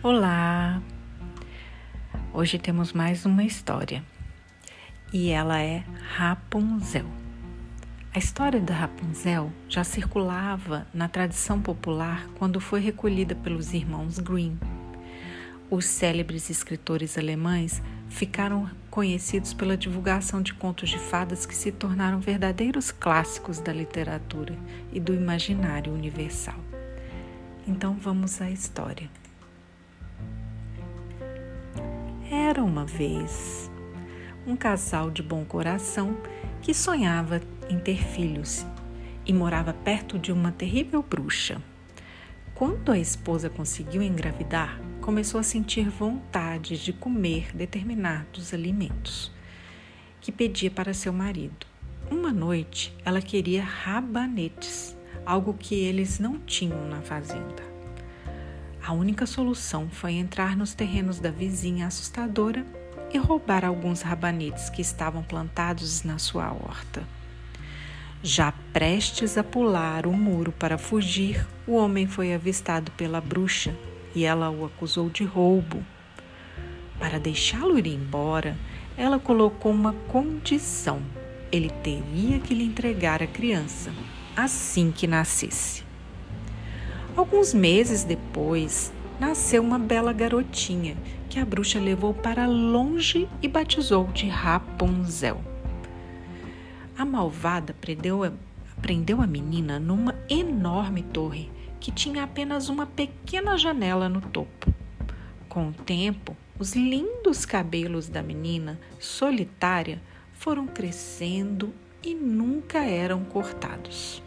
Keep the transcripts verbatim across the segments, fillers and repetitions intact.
Olá! Hoje temos mais uma história e ela é Rapunzel. A história da Rapunzel já circulava na tradição popular quando foi recolhida pelos irmãos Grimm. Os célebres escritores alemães ficaram conhecidos pela divulgação de contos de fadas que se tornaram verdadeiros clássicos da literatura e do imaginário universal. Então vamos à história. Era uma vez um casal de bom coração que sonhava em ter filhos e morava perto de uma terrível bruxa. Quando a esposa conseguiu engravidar, começou a sentir vontade de comer determinados alimentos que pedia para seu marido. Uma noite, ela queria rabanetes, algo que eles não tinham na fazenda. A única solução foi entrar nos terrenos da vizinha assustadora e roubar alguns rabanetes que estavam plantados na sua horta. Já prestes a pular o muro para fugir, o homem foi avistado pela bruxa e ela o acusou de roubo. Para deixá-lo ir embora, ela colocou uma condição: ele teria que lhe entregar a criança assim que nascesse. Alguns meses depois, nasceu uma bela garotinha que a bruxa levou para longe e batizou de Rapunzel. A malvada prendeu a, prendeu a menina numa enorme torre que tinha apenas uma pequena janela no topo. Com o tempo, os lindos cabelos da menina solitária foram crescendo e nunca eram cortados.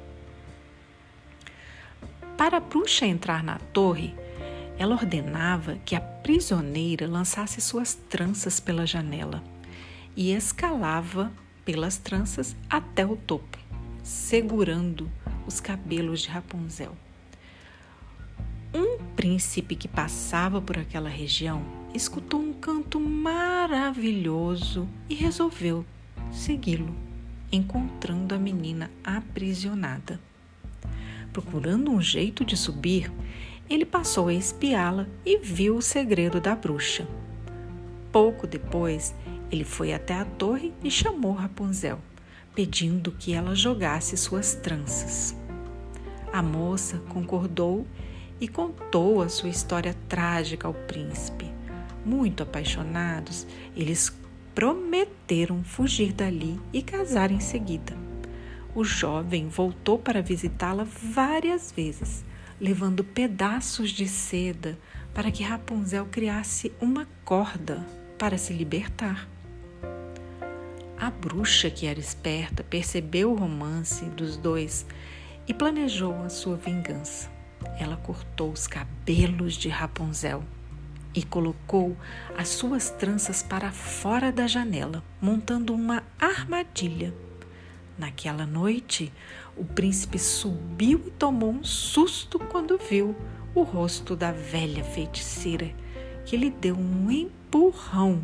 Para a bruxa entrar na torre, ela ordenava que a prisioneira lançasse suas tranças pela janela e escalava pelas tranças até o topo, segurando os cabelos de Rapunzel. Um príncipe que passava por aquela região escutou um canto maravilhoso e resolveu segui-lo, encontrando a menina aprisionada. Procurando um jeito de subir, ele passou a espiá-la e viu o segredo da bruxa. Pouco depois, ele foi até a torre e chamou Rapunzel, pedindo que ela jogasse suas tranças. A moça concordou e contou a sua história trágica ao príncipe. Muito apaixonados, eles prometeram fugir dali e casar em seguida. O jovem voltou para visitá-la várias vezes, levando pedaços de seda para que Rapunzel criasse uma corda para se libertar. A bruxa, que era esperta, percebeu o romance dos dois e planejou a sua vingança. Ela cortou os cabelos de Rapunzel e colocou as suas tranças para fora da janela, montando uma armadilha. Naquela noite, o príncipe subiu e tomou um susto quando viu o rosto da velha feiticeira, que lhe deu um empurrão.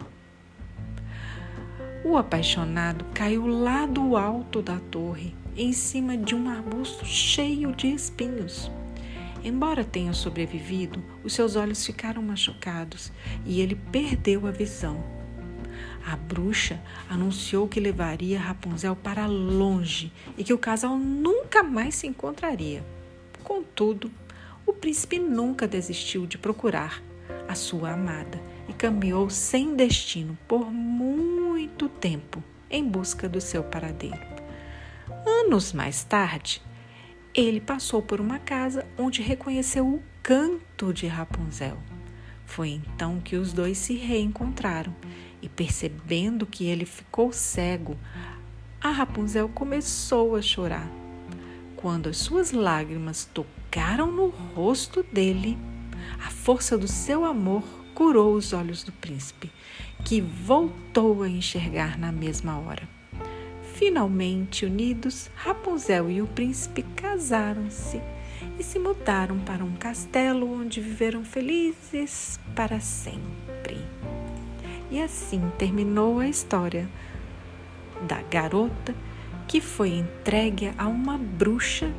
O apaixonado caiu lá do alto da torre, em cima de um arbusto cheio de espinhos. Embora tenha sobrevivido, os seus olhos ficaram machucados e ele perdeu a visão. A bruxa anunciou que levaria Rapunzel para longe e que o casal nunca mais se encontraria. Contudo, o príncipe nunca desistiu de procurar a sua amada e caminhou sem destino por muito tempo em busca do seu paradeiro. Anos mais tarde, ele passou por uma casa onde reconheceu o canto de Rapunzel. Foi então que os dois se reencontraram e, percebendo que ele ficou cego, a Rapunzel começou a chorar. Quando as suas lágrimas tocaram no rosto dele, a força do seu amor curou os olhos do príncipe, que voltou a enxergar na mesma hora. Finalmente unidos, Rapunzel e o príncipe casaram-se e se mudaram para um castelo onde viveram felizes para sempre. E assim terminou a história da garota que foi entregue a uma bruxa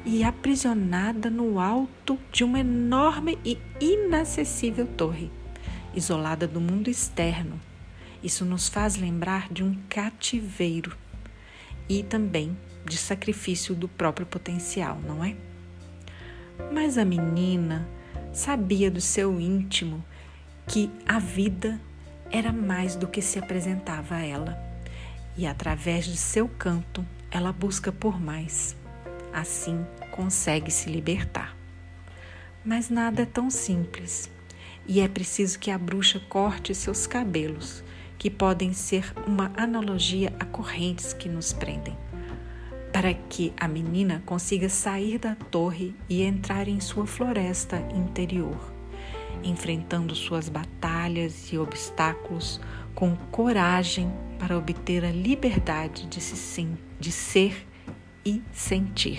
e aprisionada no alto de uma enorme e inacessível torre, isolada do mundo externo. Isso nos faz lembrar de um cativeiro e também de sacrifício do próprio potencial, não é? Mas a menina sabia do seu íntimo que a vida era mais do que se apresentava a ela, e através de seu canto ela busca por mais. Assim consegue se libertar. Mas nada é tão simples, e é preciso que a bruxa corte seus cabelos, que podem ser uma analogia a correntes que nos prendem, para que a menina consiga sair da torre e entrar em sua floresta interior, enfrentando suas batalhas e obstáculos com coragem para obter a liberdade de, se, de ser e sentir.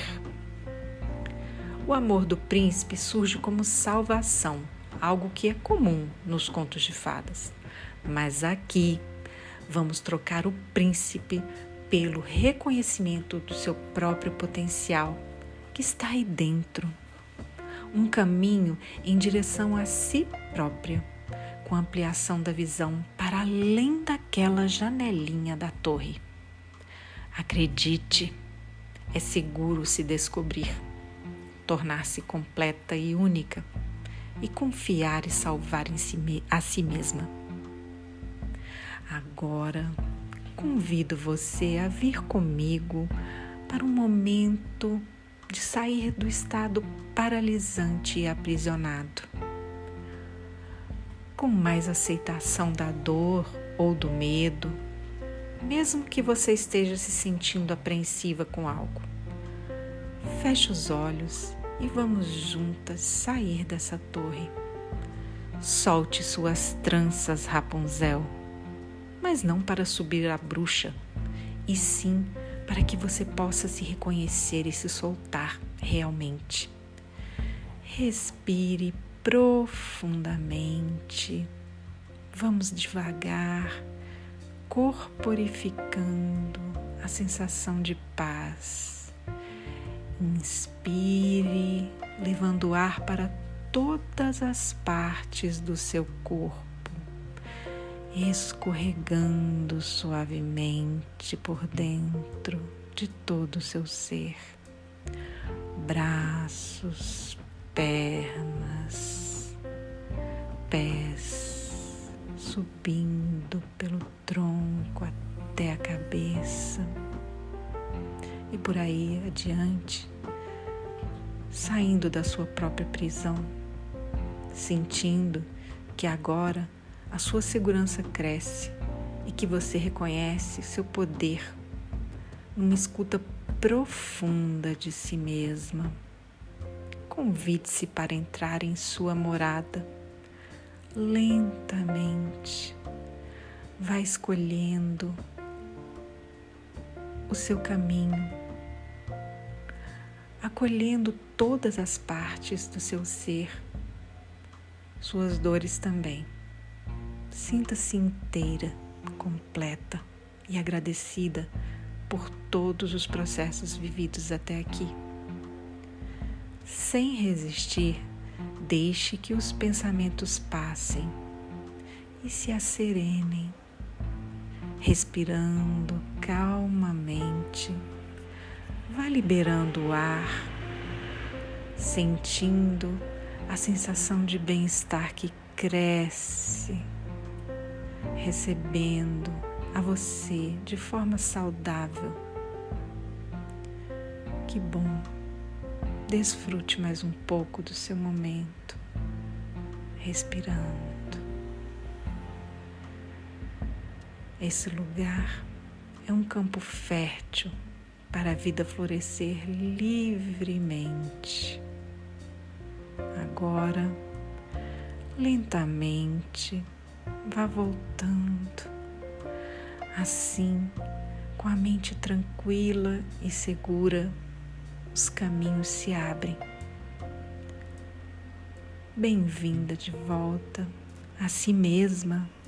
O amor do príncipe surge como salvação, algo que é comum nos contos de fadas. Mas aqui vamos trocar o príncipe pelo reconhecimento do seu próprio potencial que está aí dentro. Um caminho em direção a si própria, com ampliação da visão para além daquela janelinha da torre. Acredite, é seguro se descobrir, tornar-se completa e única e confiar e salvar em si, a si mesma. Agora, convido você a vir comigo para um momento de sair do estado paralisante e aprisionado. Com mais aceitação da dor ou do medo, mesmo que você esteja se sentindo apreensiva com algo. Feche os olhos e vamos juntas sair dessa torre. Solte suas tranças, Rapunzel, mas não para subir a bruxa, e sim para que você possa se reconhecer e se soltar realmente. Respire profundamente. Vamos devagar, corporificando a sensação de paz. Inspire, levando o ar para todas as partes do seu corpo, escorregando suavemente por dentro de todo o seu ser. Braços, pernas, pés, subindo pelo tronco até a cabeça e por aí adiante, saindo da sua própria prisão, sentindo que agora a sua segurança cresce e que você reconhece seu poder numa escuta profunda de si mesma. Convide-se para entrar em sua morada lentamente. Vá escolhendo o seu caminho, acolhendo todas as partes do seu ser, suas dores também. Sinta-se inteira, completa e agradecida por todos os processos vividos até aqui. Sem resistir, deixe que os pensamentos passem e se asserenem, respirando calmamente. Vá liberando o ar, sentindo a sensação de bem-estar que cresce, recebendo a você de forma saudável. Que bom! Desfrute mais um pouco do seu momento, respirando. Esse lugar é um campo fértil para a vida florescer livremente. Agora, lentamente, vá voltando, assim, com a mente tranquila e segura, os caminhos se abrem. Bem-vinda de volta a si mesma.